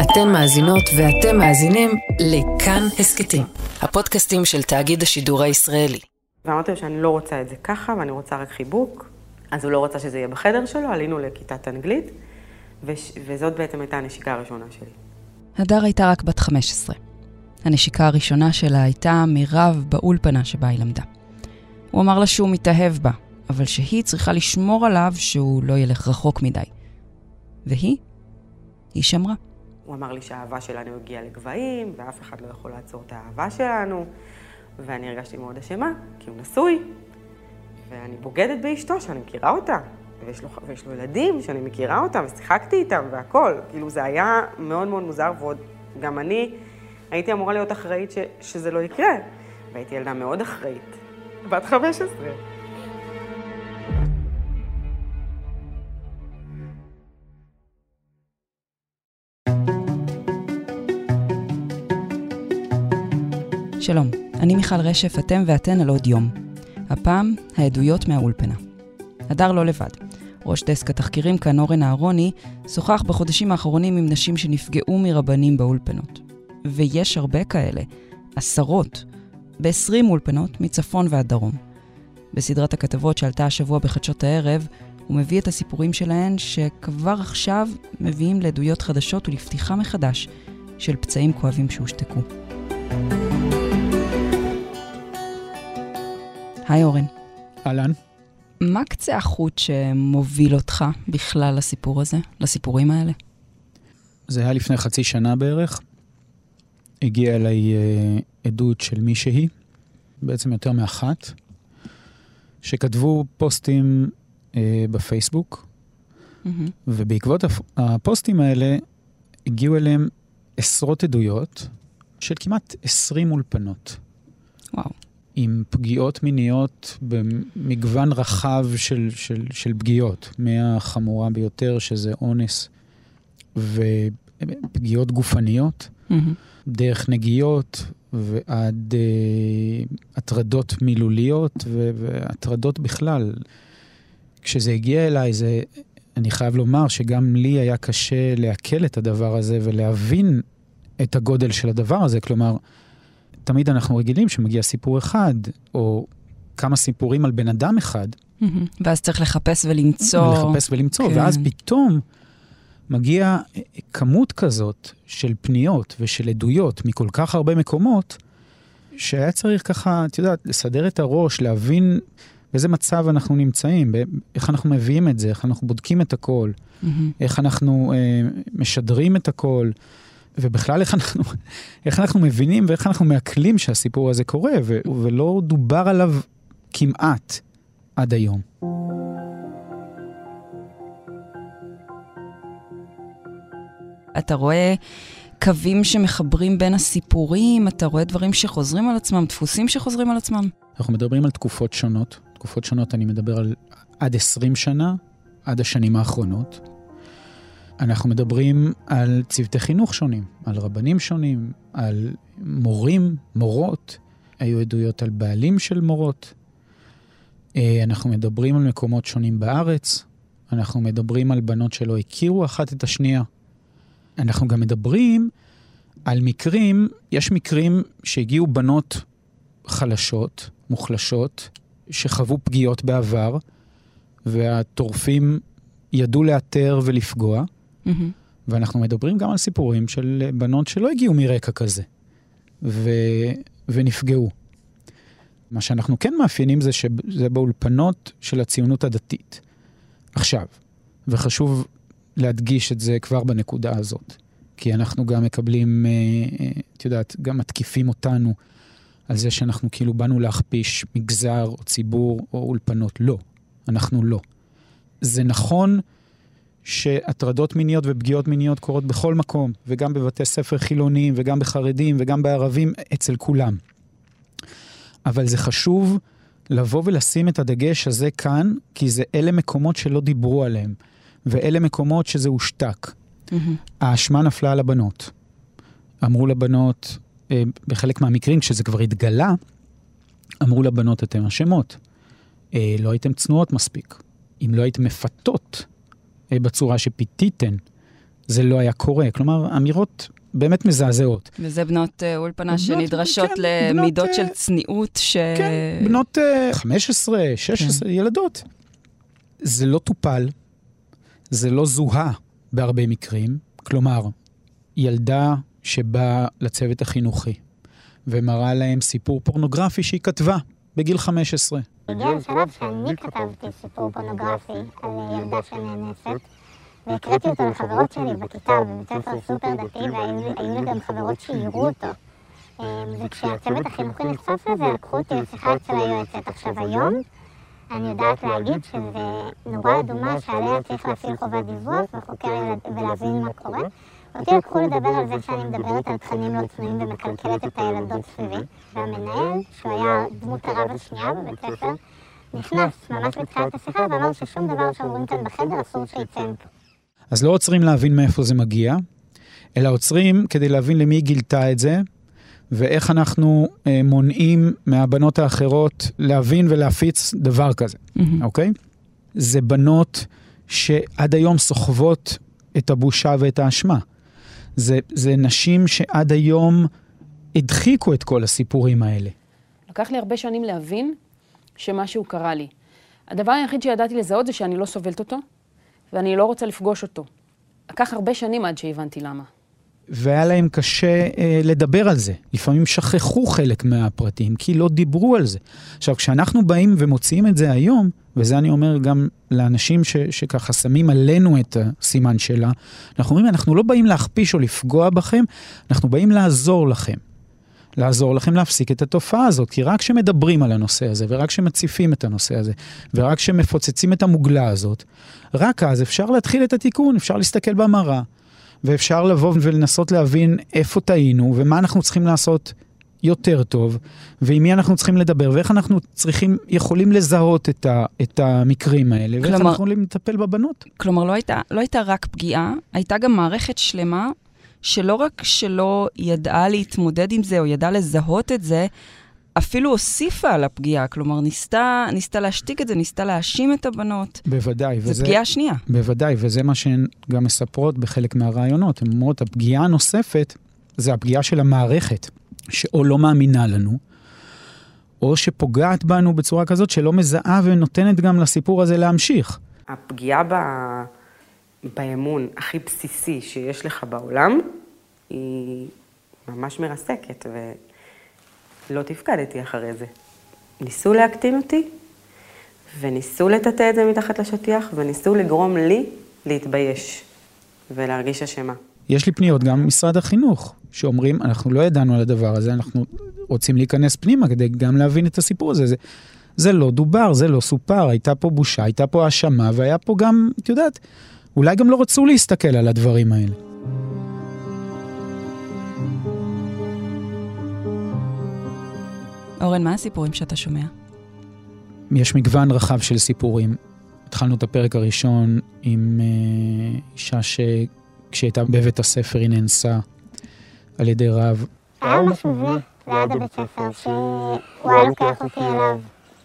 אתן מאזינות ואתם מאזינים לכאן הסקטים, הפודקאסטים של תאגיד השידור הישראלי. ואמרתי לו שאני לא רוצה את זה ככה, ואני רוצה רק חיבוק. אז הוא לא רוצה שזה יהיה בחדר שלו, עלינו לכיתת אנגלית, וזאת בעצם הייתה הנשיקה הראשונה שלי. הדר הייתה רק בת 15. הנשיקה הראשונה שלה הייתה מרב באולפנה שבה היא למדה. הוא אמר לה שהוא מתאהב בה, אבל שהיא צריכה לשמור עליו שהוא לא ילך רחוק מדי. והיא שמרה. הוא אמר לי שהאהבה שלנו הגיעה לגבהים, ואף אחד לא יכול לעצור את האהבה שלנו, ואני הרגשתי מאוד אשמה, כי הוא נשוי, ואני בוגדת באשתו שאני מכירה אותה, ויש לו ילדים שאני מכירה אותם, ושיחקתי איתם והכל. כאילו זה היה מאוד מאוד מוזר, ועוד גם אני הייתי אמורה להיות אחראית שזה לא יקרה, והייתי ילדה מאוד אחראית, בת 15. שלום, אני מיכל רשף, אתם ואתן על עוד יום. הפעם, העדויות מהאולפנה. הדר לא לבד. ראש דסק התחקירים כאן אורן אהרוני שוחח בחודשים האחרונים עם נשים שנפגעו מרבנים באולפנות. ויש הרבה כאלה, עשרות, ב-20 אולפנות מצפון ועד דרום. בסדרת הכתבות שעלתה השבוע בחדשות הערב, הוא מביא את הסיפורים שלהן שכבר עכשיו מביאים לעדויות חדשות ולפתיחה מחדש של פצעים כואבים שהושתקו. היי אורן. אהלן. מה קצה החוט שמוביל אותך בכלל לסיפור הזה, לסיפורים האלה? זה היה לפני חצי שנה בערך. הגיעה אליי עדות של מישהי, בעצם יותר מאחת, שכתבו פוסטים בפייסבוק, ובעקבות הפוסטים האלה הגיעו אליהם עשרות עדויות של כמעט 20 אולפנות. וואו. עם פגיעות מיניות במגוון רחב של פגיעות, מהחמורה ביותר שזה אונס, ופגיעות גופניות, דרך נגיעות ועד הטרדות מילוליות והטרדות בכלל. כשזה הגיע אליי, אני חייב לומר שגם לי היה קשה לעכל את הדבר הזה ולהבין את הגודל של הדבר הזה, כלומר, תמיד אנחנו רגילים שמגיע סיפור אחד, או כמה סיפורים על בן אדם אחד. ואז צריך לחפש ולמצוא. כן. ואז פתאום מגיע כמות כזאת של פניות ושל עדויות מכל כך הרבה מקומות, שהיה צריך ככה, את יודעת, לסדר את הראש, להבין באיזה מצב אנחנו נמצאים, איך אנחנו מביאים את זה, איך אנחנו בודקים את הכל, איך אנחנו משדרים את הכל, ובכלל איך אנחנו מבינים ואיך אנחנו מעכלים שהסיפור הזה קורה, ולא דובר עליו כמעט עד היום. אתה רואה קווים שמחברים בין הסיפורים, אתה רואה דברים שחוזרים על עצמם, דפוסים שחוזרים על עצמם. אנחנו מדברים על תקופות שונות. תקופות שונות אני מדבר על עד 20 שנה, עד השנים האחרונות. אנחנו מדברים על צוותי חינוך שונים, על רבנים שונים, על מורים, מורות, היו עדויות על בעלים של מורות. אנחנו מדברים על מקומות שונים בארץ, אנחנו מדברים על בנות שלא הכירו אחת את השנייה. אנחנו גם מדברים על מקרים, יש מקרים שהגיעו בנות חלשות, מוחלשות, שחוו פגיעות בעבר, והטורפים ידעו לאתר ולפגוע, ואנחנו מדברים גם על סיפורים של בנות שלא הגיעו מרקע כזה, ונפגעו. מה שאנחנו כן מאפיינים זה שזה באולפנות של הציונות הדתית. עכשיו, וחשוב להדגיש את זה כבר בנקודה הזאת, כי אנחנו גם מקבלים, את יודעת, גם מתקיפים אותנו על זה שאנחנו כאילו באנו להכפיש מגזר או ציבור או אולפנות. לא, אנחנו לא. זה נכון שהטרדות מיניות ופגיעות מיניות קורות בכל מקום, וגם בבתי ספר חילוניים, וגם בחרדים, וגם בערבים, אצל כולם. אבל זה חשוב לבוא ולשים את הדגש הזה כאן, כי זה אלה מקומות שלא דיברו עליהם, ואלה מקומות שזה הושתק. האשמה נפלה על הבנות. אמרו לבנות, בחלק מהמקרים, כשזה כבר התגלה, אמרו לבנות, אתם אשמות. לא הייתם צנועות מספיק. אם לא הייתם מפתות בצורה שפיתיתן, זה לא היה קורה. כלומר, אמירות באמת מזעזעות. וזה בנות אולפנה שנדרשות למידות של צניעות כן, בנות 15, 16, ילדות. זה לא טופל, זה לא זוהה בהרבה מקרים. כלומר, ילדה שבאה לצוות החינוכי, ומראה להם סיפור פורנוגרפי שהיא כתבה בגיל 15. הגיע לשלב שאני כתבתי סיפור פורנוגרפי על ילדה שנאנסת, והקראתי אותו לחברות שלי בכיתה בבית ספר סופר דתי, והיו לי גם חברות שיראו אותו. וכשהצוות החינוכי נחשף לזה, לקחו אותי לשיחה אצל היועצת. עכשיו היום, אני יודעת להגיד שזה נורא אדומה שעליה צריך להפעיל חובת דיווח וחוקר ולהבין מה קורה. אותי לקחו לדבר על זה שאני מדברת על תכנים לא צנועים ומקלקלת את הילדות סביבי. והמנהל, שהוא היה דמות הרב השנייה בבית ספר, נכנס ממש בתחילת השיחה ואמר ששום דבר שאומרים כאן בחדר אסור שיצא מפה. אז לא עוצרים להבין מאיפה זה מגיע, אלא עוצרים כדי להבין למי היא גילתה את זה, ואיך אנחנו מונעים מהבנות האחרות להבין ולהפיץ דבר כזה, אוקיי? זה בנות שעד היום סוחבות את הבושה ואת האשמה. זה נשים שעד היום הדחיקו את כל הסיפורים האלה. לקח לי הרבה שנים להבין שמשהו קרה לי. הדבר היחיד שידעתי לזהות זה שאני לא סובלת אותו, ואני לא רוצה לפגוש אותו. לקח הרבה שנים עד שהבנתי למה. והיה להם קשה לדבר על זה. לפעמים שכחו חלק מהפרטים, כי לא דיברו על זה. עכשיו, כשאנחנו באים ומוציאים את זה היום, וזה אני אומר גם לאנשים שככה שמים עלינו את הסימן שלה, אנחנו אומרים, אנחנו לא באים להכפיש או לפגוע בכם, אנחנו באים לעזור לכם. לעזור לכם להפסיק את התופעה הזאת, כי רק שמדברים על הנושא הזה, ורק שמציפים את הנושא הזה, ורק שמפוצצים את המוגלה הזאת, רק אז אפשר להתחיל את התיקון, אפשר להסתכל במראה, ואפשר לבוא ולנסות להבין איפה טעינו, ומה אנחנו צריכים לעשות יותר טוב, ועם מי אנחנו צריכים לדבר, ואיך אנחנו יכולים לזהות את המקרים האלה, ואיך אנחנו יכולים לטפל בבנות. כלומר, לא הייתה רק פגיעה, הייתה גם מערכת שלמה, שלא רק שלא ידעה להתמודד עם זה, או ידעה לזהות את זה, אפילו הוסיפה על הפגיעה, כלומר, ניסתה להשתיק את זה, ניסתה להאשים את הבנות. בוודאי. זה פגיעה שנייה. בוודאי, וזה מה שהן גם מספרות בחלק מהרעיונות. הן אומרות, הפגיעה הנוספת, זה הפגיעה של המערכת, שאו לא מאמינה לנו, או שפוגעת בנו בצורה כזאת, שלא מזהה ונותנת גם לסיפור הזה להמשיך. הפגיעה באמון הכי בסיסי שיש לך בעולם, היא ממש מרסקת, ולא תפקדתי אחרי זה. ניסו להקטין אותי, וניסו לטאטא את זה מתחת לשטיח, וניסו לגרום לי להתבייש, ולהרגיש אשמה. יש לי פניות גם משרד החינוך, שאומרים, אנחנו לא ידענו על הדבר הזה, אנחנו רוצים להיכנס פנימה, כדי גם להבין את הסיפור הזה. זה לא דובר, זה לא סופר, הייתה פה בושה, הייתה פה האשמה, והיה פה גם, את יודעת, אולי גם לא רצו להסתכל על הדברים האלה. אורן, מה הסיפורים שאתה שומע? יש מגוון רחב של סיפורים. התחלנו את הפרק הראשון עם אישה שכשהייתה בבית הספר היא נאנסה על ידי רב. היה ממש מבנה ליד הבית ספר שהוא היה לוקח אותי אליו,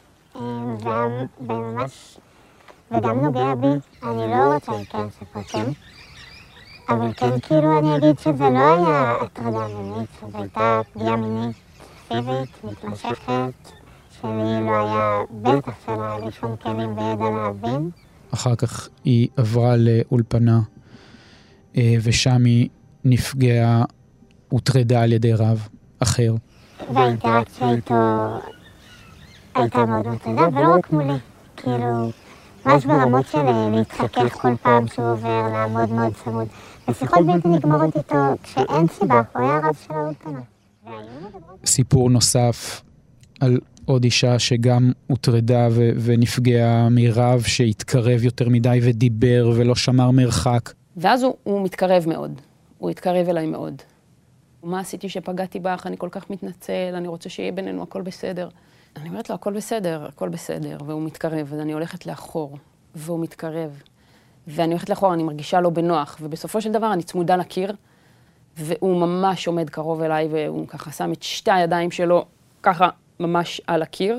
וממש, וגם נוגע בי. אני לא רוצה להיכנס לפרטים, אבל כן כאילו אני אגיד שזה לא היה הטרדה מינית, זו הייתה פגיעה מינית פיזית, מתמשכת, שלי לא היה, בטח שלא היה לי שום כלים וידע להבין. אחר כך היא עברה לאולפנה, ושם היא נפגעה, הוטרדה על ידי רב אחר. והאינטראקציה איתו הייתה מאוד מטרידה, ולא רק מולי, כאילו, ממש ברמות של להתחכך כל פעם שהוא עובר, לעמוד מאוד צמוד. ושיחות בלתי נגמרות איתו, כשאין סיבה, הוא היה רב של האולפנה. סיפור נוסף על עוד אישה שגם הוטרדה ונפגעה מרב שהתקרב יותר מדי ודיבר ולא שמר מרחק. ואז הוא מתקרב מאוד, הוא התקרב אליי מאוד. מה עשיתי שפגעתי בך, אני כל כך מתנצל, אני רוצה שיהיה בינינו הכל בסדר. אני אומרת לו, הכל בסדר, הכל בסדר, והוא מתקרב, אז אני הולכת לאחור, והוא מתקרב. ואני הולכת לאחור, אני מרגישה לא בנוח, ובסופו של דבר אני צמודה לקיר, והוא ממש עומד קרוב אליי, והוא ככה שם את שתי הידיים שלו ככה ממש על הקיר,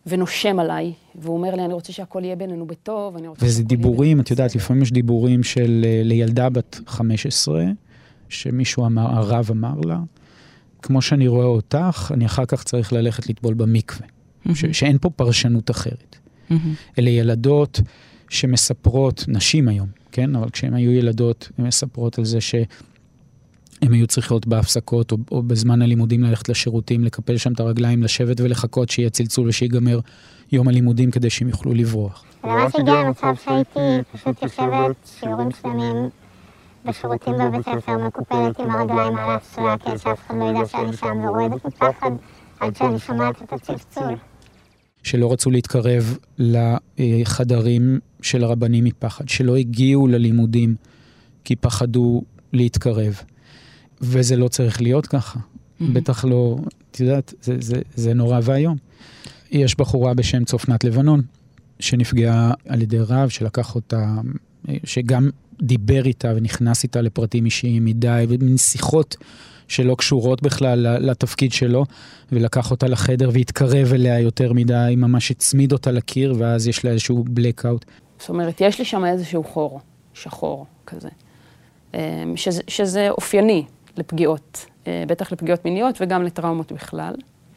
ונושם עליי, והוא אומר לי, אני רוצה שהכל יהיה בינינו בטוב, וזה דיבורים, את יודעת, לפעמים יש דיבורים של לילדה בת 15, שמישהו אמר, הרב אמר לה, כמו שאני רואה אותך, אני אחר כך צריך ללכת לטבול במקווה. שאין פה פרשנות אחרת. אלה ילדות שמספרות, נשים היום, כן? אבל כשהן היו ילדות, הן מספרות על זה שהן היו צריכות בהפסקות, או בזמן הלימודים ללכת לשירותים, לקפל שם את הרגליים, לשבת ולחכות שיהיה צלצול ושיגמר יום הלימודים כדי שהם יוכלו לברוח. ממש הגיע למצב שהייתי פשוט יושבת שיעורים שלמים בשירותים בבית ספר, מקופלת עם הרגליים על האסלה, כי שאף אחד לא ידע שאני שם ורועדת מפחד, עד שאני שומעת את הצלצול. שלא רצו להתקרב לחדרים של הרבנים מפחד, שלא הגיעו ללימודים כי פחדו להתקרב. וזה לא צריך להיות ככה. בטח לא, את יודעת, זה נורא והיום. יש בחורה בשם צופנת לבנון, שנפגעה על ידי רב, שלקח אותה, שגם דיבר איתה ונכנס איתה לפרטים אישיים מדי, ומין שיחות שלא קשורות בכלל לתפקיד שלו, ולקח אותה לחדר והתקרב אליה יותר מדי, ממש הצמיד אותה לקיר, ואז יש לה איזשהו בלקאוט. זאת אומרת, יש לי שם איזשהו חור, שחור כזה, שזה אופייני לפגיעות, בטח לפגיעות מיניות וגם לטראומות בכלל.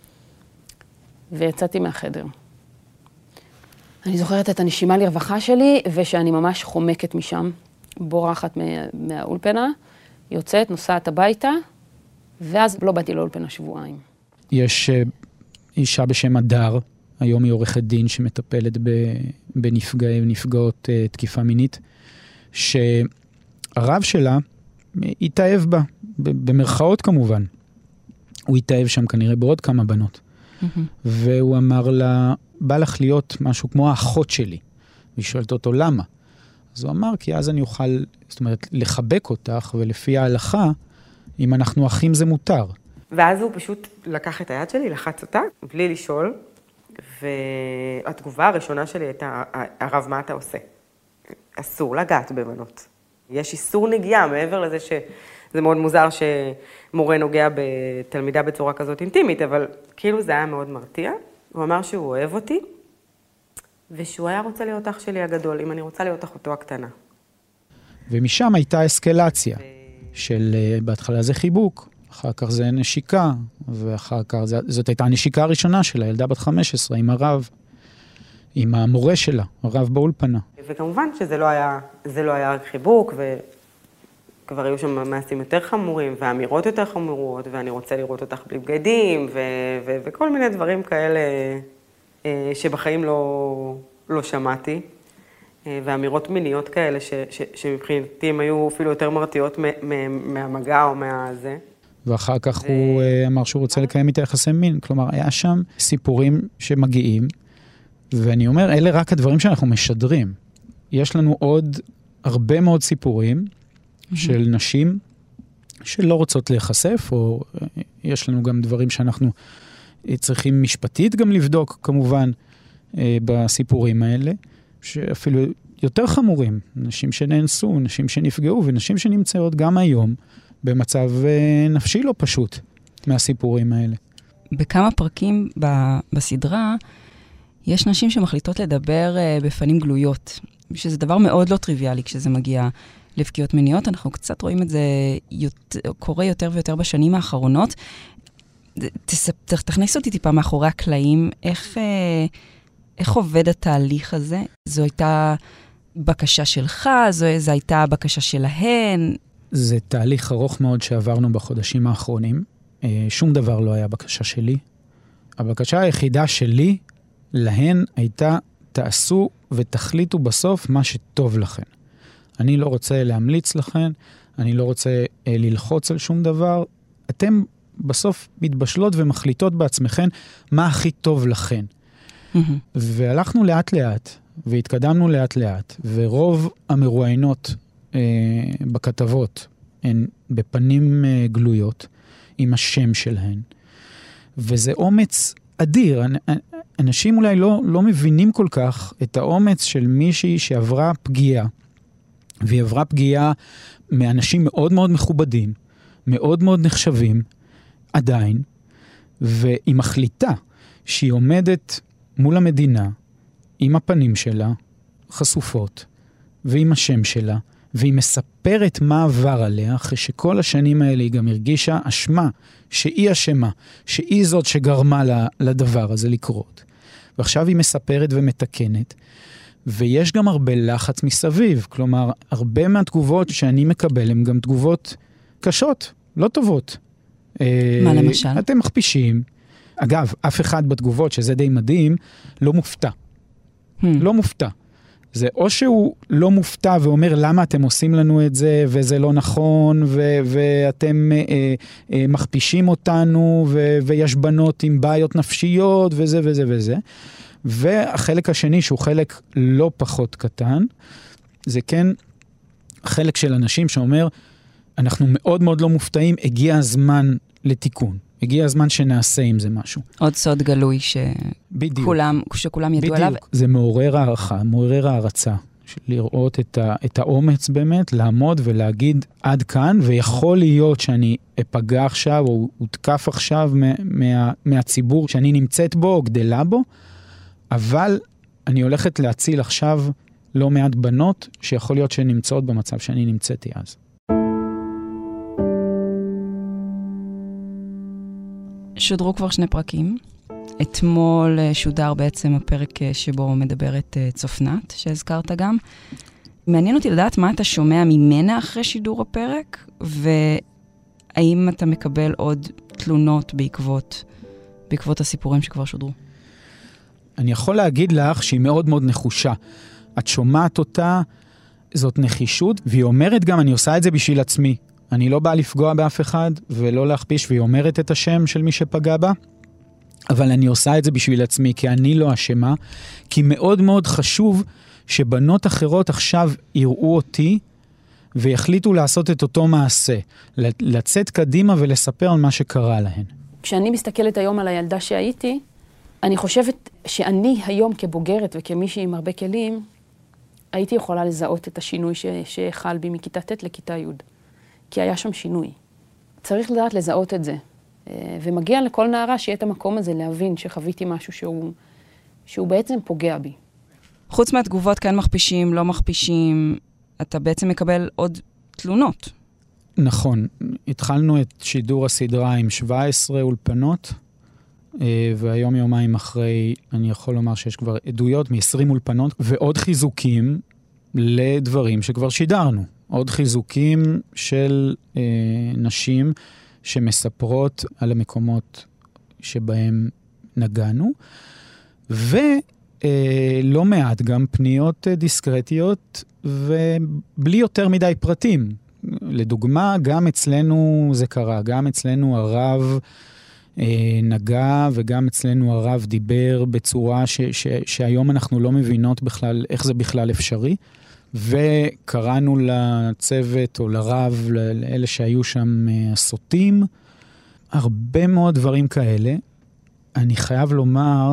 ויצאתי מהחדר. אני זוכרת את הנשימה לרווחה שלי, ושאני ממש חומקת משם, בורחת מהאולפנה, יוצאת, נוסעת הביתה, ואז לא באתי לאולפנה שבועיים. יש אישה בשם הדר, היום היא עורכת דין שמטפלת בנפגעי ונפגעות תקיפה מינית, שהרב שלה התאהב בה, במרכאות כמובן. הוא התאהב שם כנראה בעוד כמה בנות. והוא אמר לה, בא לך להיות משהו כמו האחות שלי. והיא שואלת אותו, למה? אז הוא אמר, כי אז אני אוכל, זאת אומרת, לחבק אותך, ולפי ההלכה, אם אנחנו אחים זה מותר. ואז הוא פשוט לקח את היד שלי, לחץ אותה, בלי לשאול, והתגובה הראשונה שלי הייתה, הרב, מה אתה עושה? אסור לגעת בבנות. יש איסור נגיעה, מעבר לזה שזה מאוד מוזר שמורה נוגע בתלמידה בצורה כזאת אינטימית, אבל כאילו זה היה מאוד מרתיע. הוא אמר שהוא אוהב אותי, ושהוא היה רוצה להיות אח שלי הגדול, אם אני רוצה להיות אחותו הקטנה. ומשם הייתה אסקלציה של בהתחלה זה חיבוק, אחר כך זה נשיקה, ואחר כך זאת הייתה הנשיקה הראשונה של הילדה בת 15 עם הרב, עם המורה שלה, הרב באולפנה. וכמובן שזה לא היה רק חיבוק, וכבר היו שם מעשים יותר חמורים, ואמירות יותר חמורות, ואני רוצה לראות אותך בלי בגדים, וכל מיני דברים כאלה שבחיים לא שמעתי, ואמירות מיניות כאלה שמבחינתי הם היו אפילו יותר מרתיעות מהמגע או מהזה. ואחר כך הוא אמר שהוא רוצה לקיים איתה יחסי מין, כלומר היה שם סיפורים שמגיעים, ואני אומר, אלה רק הדברים שאנחנו משדרים. יש לנו עוד הרבה מאוד סיפורים של נשים שלא רוצות להיחשף, או יש לנו גם דברים שאנחנו צריכים משפטית גם לבדוק, כמובן, בסיפורים האלה, שאפילו יותר חמורים, נשים שנאנסו, נשים שנפגעו, ונשים שנמצאות גם היום במצב נפשי לא פשוט מהסיפורים האלה. בכמה פרקים בסדרה, יש נשים שמחליטות לדבר בפנים גלויות, שזה דבר מאוד לא טריוויאלי כשזה מגיע לפגיעות מיניות. אנחנו קצת רואים את זה קורה יותר ויותר בשנים האחרונות. תכניס אותי טיפה מאחורי הקלעים, איך עובד התהליך הזה? זו הייתה בקשה שלך, זו הייתה בקשה שלהן? זה תהליך ארוך מאוד שעברנו בחודשים האחרונים. שום דבר לא היה בקשה שלי. הבקשה היחידה שלי להן הייתה, תעשו ותחליטו בסוף מה שטוב לכן. אני לא רוצה להמליץ לכן, אני לא רוצה ללחוץ על שום דבר. אתם בסוף מתבשלות ומחליטות בעצמכן מה הכי טוב לכן. והלכנו לאט לאט, והתקדמנו לאט לאט, ורוב המרואיינות בכתבות הן בפנים גלויות, עם השם שלהן. וזה אומץ אדיר. אנשים אולי לא מבינים כל כך את האומץ של מישהי שעברה פגיעה, והיא עברה פגיעה מאנשים מאוד מאוד מכובדים, מאוד מאוד נחשבים, עדיין, והיא מחליטה שהיא עומדת מול המדינה, עם הפנים שלה, חשופות, ועם השם שלה, והיא מספרת מה עבר עליה, אחרי שכל השנים האלה היא גם הרגישה אשמה, שהיא אשמה, שהיא זאת שגרמה לדבר הזה לקרות. ועכשיו היא מספרת ומתקנת, ויש גם הרבה לחץ מסביב, כלומר, הרבה מהתגובות שאני מקבל, הן גם תגובות קשות, לא טובות. מה למשל? אתם מכפישים. אגב, אף אחד בתגובות, שזה די מדהים, לא מופתע. לא מופתע. זה או שהוא לא מופתע ואומר למה אתם עושים לנו את זה, וזה לא נכון, ואתם מכפישים אותנו, ויש בנות עם בעיות נפשיות, וזה וזה וזה. והחלק השני, שהוא חלק לא פחות קטן, זה כן חלק של אנשים שאומר, אנחנו מאוד מאוד לא מופתעים, הגיע הזמן לתיקון. הגיע הזמן שנעשה עם זה משהו. עוד סוד גלוי שכולם ידעו עליו. בדיוק, זה מעורר הערכה, מעורר הערצה, לראות את האומץ באמת, לעמוד ולהגיד עד כאן, ויכול להיות שאני אפגע עכשיו, או הותקף עכשיו מהציבור שאני נמצאת בו, או גדלה בו, אבל אני הולכת להציל עכשיו לא מעט בנות, שיכול להיות שהן נמצאות במצב שאני נמצאתי אז. שודרו כבר 2 פרקים. אתמול שודר בעצם הפרק שבו מדברת צופנת, שהזכרת גם. מעניין אותי לדעת מה אתה שומע ממנה אחרי שידור הפרק, והאם אתה מקבל עוד תלונות בעקבות הסיפורים שכבר שודרו. אני יכול להגיד לך שהיא מאוד מאוד נחושה. את שומעת אותה, זאת נחישות, והיא אומרת גם, אני עושה את זה בשביל עצמי. אני לא באה לפגוע באף אחד, ולא להכפיש, והיא אומרת את השם של מי שפגע בה, אבל אני עושה את זה בשביל עצמי, כי אני לא אשמה, כי מאוד מאוד חשוב שבנות אחרות עכשיו יראו אותי, ויחליטו לעשות את אותו מעשה, לצאת קדימה ולספר על מה שקרה להן. כשאני מסתכלת היום על הילדה שהייתי, אני חושבת שאני היום כבוגרת וכמישהי עם הרבה כלים, הייתי יכולה לזהות את השינוי שחל בי מכיתה ט' לכיתה י'. כי היה שם שינוי. צריך לדעת לזהות את זה. ומגיע לכל נערה שיהיה את המקום הזה להבין שחוויתי משהו שהוא בעצם פוגע בי. חוץ מהתגובות כאן מכפישים, לא מכפישים, אתה בעצם מקבל עוד תלונות. נכון. התחלנו את שידור הסדרה עם 17 אולפנות, והיום יומיים אחרי, אני יכול לומר שיש כבר עדויות מ-20 אולפנות, ועוד חיזוקים לדברים שכבר שידרנו. עוד חיזוקים של נשים שמספרות על המקומות שבהם נגענו, ולא מעט גם פניות דיסקרטיות ובלי יותר מדי פרטים. לדוגמה, גם אצלנו זה קרה, גם אצלנו הרב נגע וגם אצלנו הרב דיבר בצורה שהיום אנחנו לא מבינות בכלל איך זה בכלל אפשרי. וקראנו לצוות או לרב, לאלה שהיו שם הסוטים, הרבה מאוד דברים כאלה. אני חייב לומר,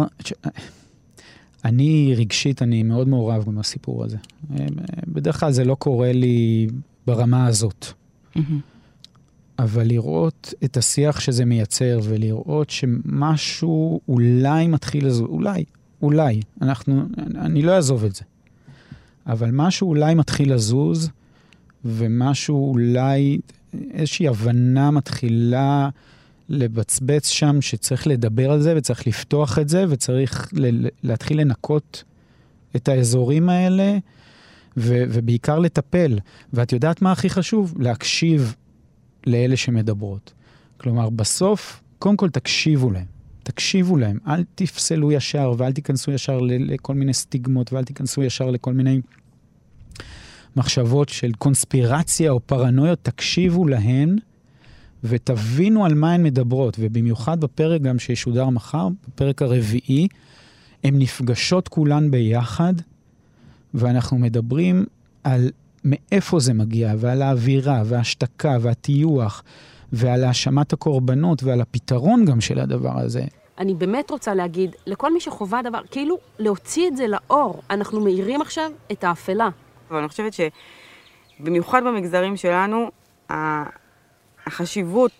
אני רגשית, אני מאוד מעורב עם הסיפור הזה. בדרך כלל זה לא קורה לי ברמה הזאת. אבל לראות את השיח שזה מייצר, ולראות שמשהו אולי מתחיל לזוז, אולי, אני לא אעזוב את זה. אבל משהו אולי מתחיל לזוז, ומשהו אולי, איזושהי הבנה מתחילה לבצבץ שם, שצריך לדבר על זה, וצריך לפתוח את זה, וצריך להתחיל לנקות את האזורים האלה, ובעיקר לטפל. ואת יודעת מה הכי חשוב? להקשיב לאלה שמדברות. כלומר, בסוף, קודם כל תקשיבו להם. אל תפסלו ישר, ואל תיכנסו ישר לכל מיני סטיגמות, ואל תיכנסו ישר לכל מיני מחשבות של קונספירציה או פרנויות. תקשיבו להן, ותבינו על מה הן מדברות. ובמיוחד בפרק גם שישודר מחר, בפרק הרביעי, הן נפגשות כולן ביחד, ואנחנו מדברים על מאיפה זה מגיע, ועל האווירה, וההשתקה, והטיוח, ועל האשמת הקורבנות, ועל הפתרון גם של הדבר הזה. אני באמת רוצה להגיד, לכל מי שחובה דבר, כאילו להוציא את זה לאור. אנחנו מאירים עכשיו את האפלה. אבל אני חושבת שבמיוחד במגזרים שלנו, החשיבות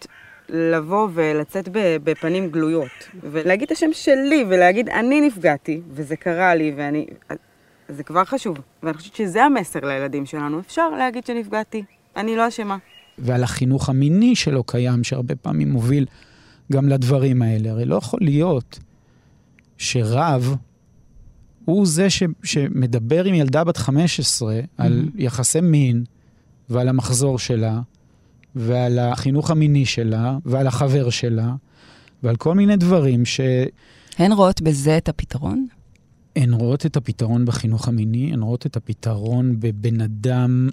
לבוא ולצאת בפנים גלויות, ולהגיד את השם שלי, ולהגיד אני נפגעתי, וזה קרה לי, זה כבר חשוב. ואני חושבת שזה המסר לילדים שלנו. אפשר להגיד שנפגעתי, אני לא אשמה. ועל החינוך המיני שלו קיים, שהרבה פעמים מוביל גם לדברים האלה. הרי לא יכול להיות שרב הוא זה שמדבר עם ילדה בת 15 על יחסי מין ועל המחזור שלה, ועל החינוך המיני שלה, ועל החבר שלה, ועל כל מיני דברים הן רואות בזה את הפתרון? הן רואות את הפתרון בחינוך המיני, הן רואות את הפתרון בבן אדם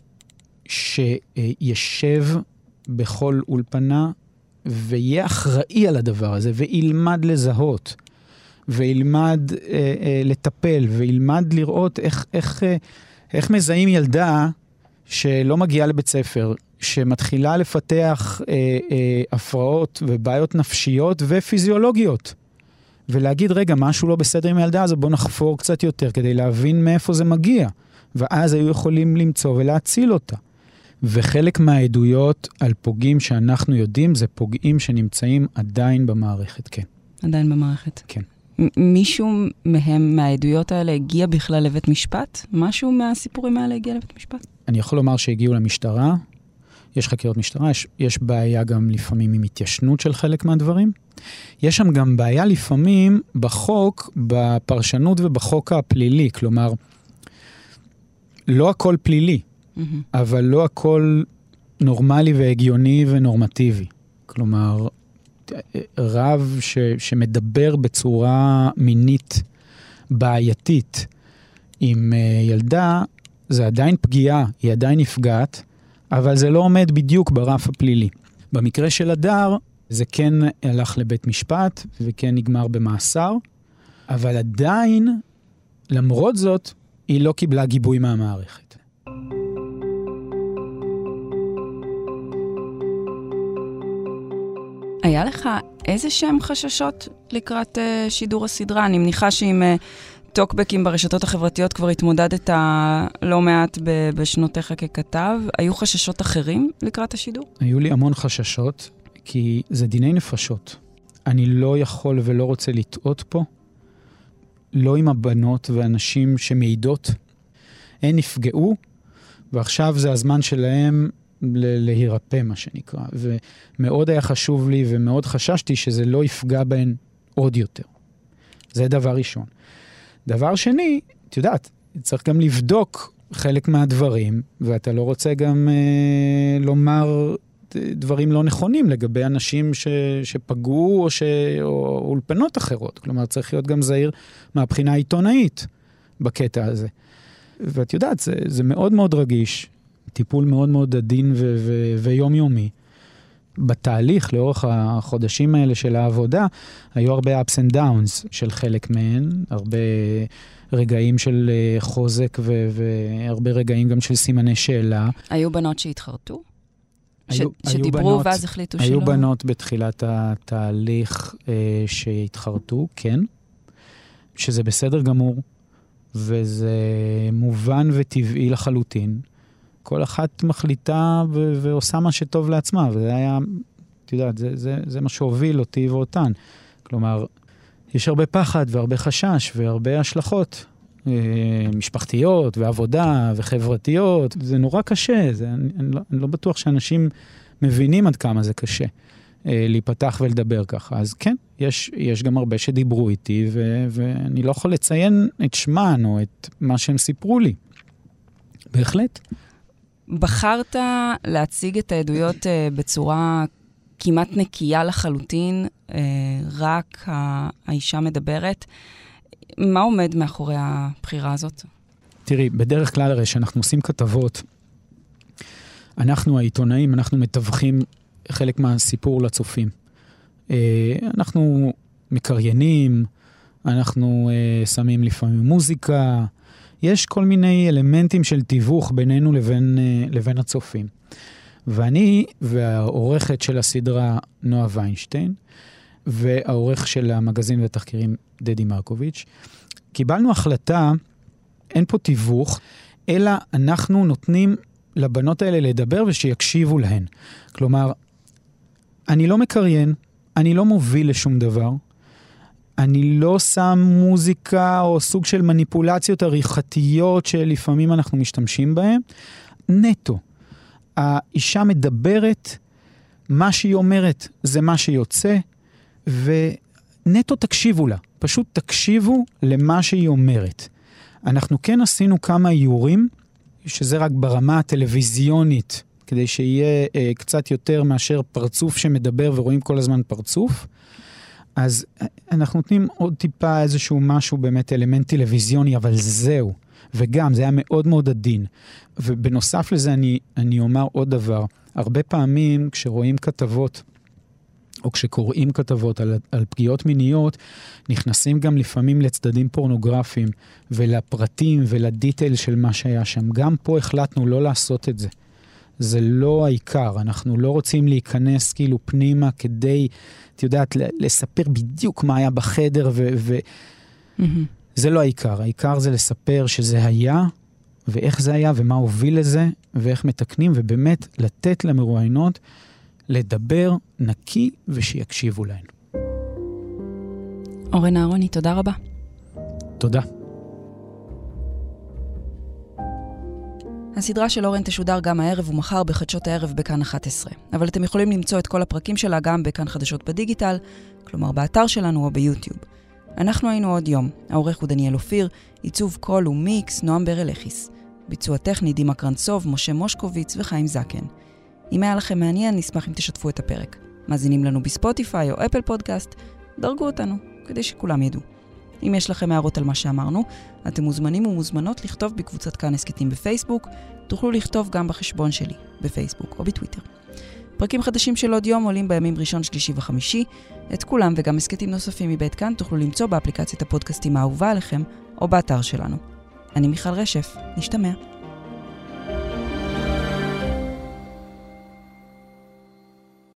שישב בכל אולפנה, ויהיה אחראי על הדבר הזה, וילמד לזהות, וילמד לטפל, וילמד לראות איך מזהים ילדה שלא מגיעה לבית ספר, שמתחילה לפתח הפרעות ובעיות נפשיות ופיזיולוגיות. ולהגיד, רגע, משהו לא בסדר עם הילדה, אז בוא נחפור קצת יותר כדי להבין מאיפה זה מגיע. ואז היו יכולים למצוא ולהציל אותה. וחלק מהעדויות על פוגעים שאנחנו יודעים, זה פוגעים שנמצאים עדיין במערכת, כן. עדיין במערכת? כן. מישהו מהם, מהעדויות האלה, הגיע בכלל לבית משפט? משהו מהסיפורים האלה הגיע לבית משפט? אני יכול לומר שהגיעו למשטרה, יש חקירות משטרה, יש בעיה גם לפעמים עם התיישנות של חלק מהדברים. יש שם גם בעיה לפעמים בחוק, בפרשנות ובחוק הפלילי, כלומר, לא הכל פלילי, אבל לא הכל נורמלי והגיוני ונורמטיבי. כלומר, רב שמדבר בצורה מינית בעייתית עם ילדה, זה עדיין פגיעה, היא עדיין נפגעת, אבל זה לא עומד בדיוק ברף הפלילי. במקרה של הדר, זה כן הלך לבית משפט, וכן נגמר במאסר, אבל עדיין, למרות זאת, היא לא קיבלה גיבוי מהמערכת. היה לך איזה שהם חששות לקראת שידור הסדרה? אני מניחה שעם טוקבקים ברשתות החברתיות כבר התמודדת לא מעט בשנותיך ככתב. היו חששות אחרים לקראת השידור? היו לי המון חששות, כי זה דיני נפשות. אני לא יכול ולא רוצה לטעות פה, לא עם הבנות ואנשים שמעידות. הן נפגעו, ועכשיו זה הזמן שלהם להירפא, מה שנקרא. ומאוד היה חשוב לי ומאוד חששתי שזה לא יפגע בהן עוד יותר. זה דבר ראשון. דבר שני, את יודעת, צריך גם לבדוק חלק מהדברים, ואתה לא רוצה גם לומר דברים לא נכונים לגבי אנשים שפגעו או אולפנות אחרות. כלומר, צריך להיות גם זהיר מהבחינה העיתונאית בקטע הזה. ואת יודעת, זה מאוד מאוד רגיש, טיפול מאוד מאוד עדין ויומיומי. בתהליך, לאורך החודשים האלה של העבודה, היו הרבה ups and downs של חלק מהן, הרבה רגעים של חוזק והרבה רגעים גם של סימני שאלה. היו בנות שהתחרטו? שדיברו ואז החליטו שלא? היו בנות בתחילת התהליך שהתחרטו, כן, שזה בסדר גמור, וזה מובן וטבעי לחלוטין. כל אחת מחליטה ועושה מה שטוב לעצמה, וזה היה, את יודעת, זה מה שהוביל אותי ואותן. כלומר, יש הרבה פחד והרבה חשש והרבה השלכות משפחתיות ועבודה וחברתיות. זה נורא קשה, אני לא בטוח שאנשים מבינים עד כמה זה קשה להיפתח ולדבר ככה. אז כן, יש גם הרבה שדיברו איתי, ואני לא יכול לציין את שמן או את מה שהם סיפרו לי. בהחלט. בחרת להציג את העדויות בצורה כמעט נקייה לחלוטין, רק האישה מדברת. מה עומד מאחורי הבחירה הזאת? תראי, בדרך כלל הרי שאנחנו עושים כתבות, אנחנו העיתונאים, אנחנו מתווכים חלק מהסיפור לצופים. אנחנו מקריינים, אנחנו שמים לפעמים מוזיקה, יש כל מיני אלמנטים של תיווך בינינו לבין הצופים. ואני והעורכת של הסדרה נועה ויינשטיין, והעורך של המגזין והתחקירים דדי מרקוביץ', קיבלנו החלטה, אין פה תיווך, אלא אנחנו נותנים לבנות האלה לדבר ושיקשיבו להן. כלומר, אני לא מקריין, אני לא מוביל לשום דבר, אני לא שם מוזיקה או סוג של מניפולציות עריכתיות שלפעמים אנחנו משתמשים בהן. נטו. האישה מדברת, מה שהיא אומרת זה מה שיוצא, ונטו תקשיבו לה. פשוט תקשיבו למה שהיא אומרת. אנחנו כן עשינו כמה איורים, שזה רק ברמה הטלוויזיונית, כדי שיהיה קצת יותר מאשר פרצוף שמדבר ורואים כל הזמן פרצוף. אז אנחנו נותנים עוד טיפה איזשהו משהו באמת אלמנט טלוויזיוני, אבל זהו. וגם, זה היה מאוד מאוד עדין. ובנוסף לזה אני אומר עוד דבר. הרבה פעמים כשרואים כתבות, או כשקוראים כתבות על פגיעות מיניות, נכנסים גם לפעמים לצדדים פורנוגרפיים, ולפרטים ולדיטייל של מה שהיה שם. גם פה החלטנו לא לעשות את זה. זה לא העיקר. אנחנו לא רוצים להיכנס כאילו פנימה כדי, את יודעת, לספר בדיוק מה היה בחדר, זה לא העיקר. העיקר זה לספר שזה היה, ואיך זה היה, ומה הוביל לזה, ואיך מתקנים, ובאמת לתת למרואיינות לדבר נקי ושיקשיבו להן. אורן אהרוני, תודה רבה. תודה. הסדרה של אורן תשודר גם הערב ומחר בחדשות הערב בכאן 11. אבל אתם יכולים למצוא את כל הפרקים שלה גם בכאן חדשות בדיגיטל, כלומר באתר שלנו או ביוטיוב. אנחנו היינו עוד יום. העורך הוא דניאל אופיר, עיצוב קול ומיקס נועם ברלכיס. ביצוע טכני דימה קרנצוב, משה מושקוביץ וחיים זקן. אם היה לכם מעניין, נשמח אם תשתפו את הפרק. מאזינים לנו בספוטיפיי או אפל פודקאסט, דרגו אותנו, כדי שכולם ידעו. אם יש לכם הערות על מה שאמרנו, אתם מוזמנים ומוזמנות לכתוב בקבוצת כאן הסקטים בפייסבוק, תוכלו לכתוב גם בחשבון שלי, בפייסבוק או בטוויטר. פרקים חדשים של עוד יום עולים בימים ראשון, שלישי וחמישי. את כולם וגם הסקטים נוספים מבית כאן תוכלו למצוא באפליקציית הפודקאסטים האהובה עליכם או באתר שלנו. אני מיכל רשף, נשתמע.